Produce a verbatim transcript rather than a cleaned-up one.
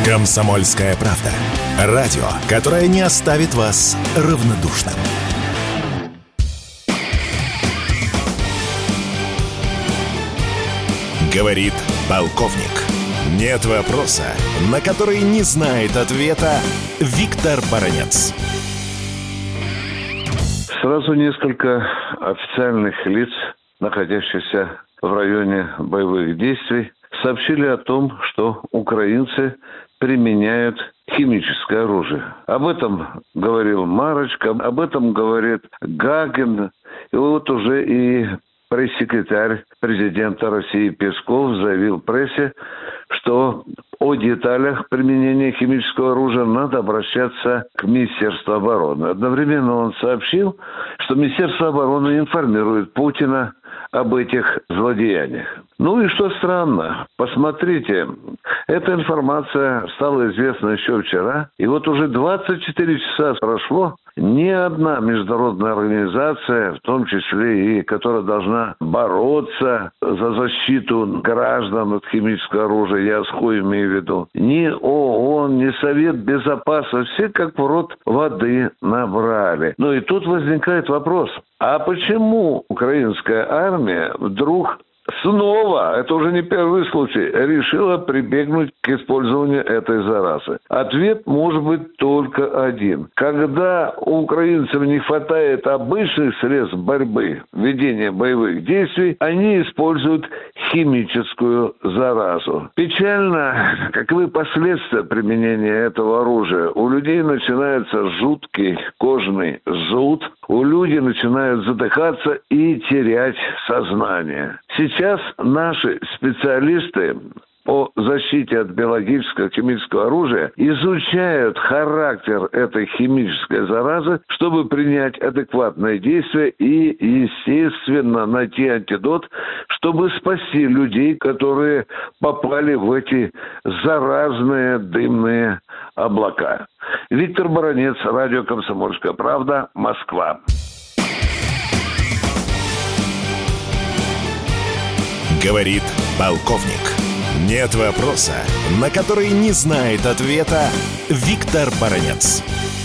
«Комсомольская правда». Радио, которое не оставит вас равнодушным. Говорит полковник. Нет вопроса, на который не знает ответа Виктор Баранец. Сразу несколько официальных лиц, находящихся в районе боевых действий, сообщили о том, что украинцы применяют химическое оружие. Об этом говорил Марочка, об этом говорит Гагин. И вот уже и пресс-секретарь президента России Песков заявил прессе, что о деталях применения химического оружия надо обращаться к Министерству обороны. Одновременно он сообщил, что Министерство обороны информирует Путина об этих злодеяниях. Ну и что странно, посмотрите, эта информация стала известна еще вчера, и вот уже двадцать четыре часа прошло, ни одна международная организация, в том числе и которая должна бороться за защиту граждан от химического оружия, я СХО имею в виду, ни ООН, ни Совет Безопасности, все как в рот воды набрали. Ну и тут возникает вопрос, а почему украинская армия вдруг снова, это уже не первый случай, решила прибегнуть к использованию этой заразы? Ответ может быть только один. Когда у украинцев не хватает обычных средств борьбы, ведения боевых действий, они используют химическую заразу. Печально, каковы последствия применения этого оружия. У людей начинается жуткий кожный зуд, у людей начинают задыхаться и терять сознание. Сейчас наши специалисты по защите от биологического химического оружия изучают характер этой химической заразы, чтобы принять адекватные действия и, естественно, найти антидот, чтобы спасти людей, которые попали в эти заразные дымные облака. Виктор Баранец, радио «Комсомольская правда», Москва. Говорит полковник. Нет вопроса, на который не знает ответа Виктор Баранец.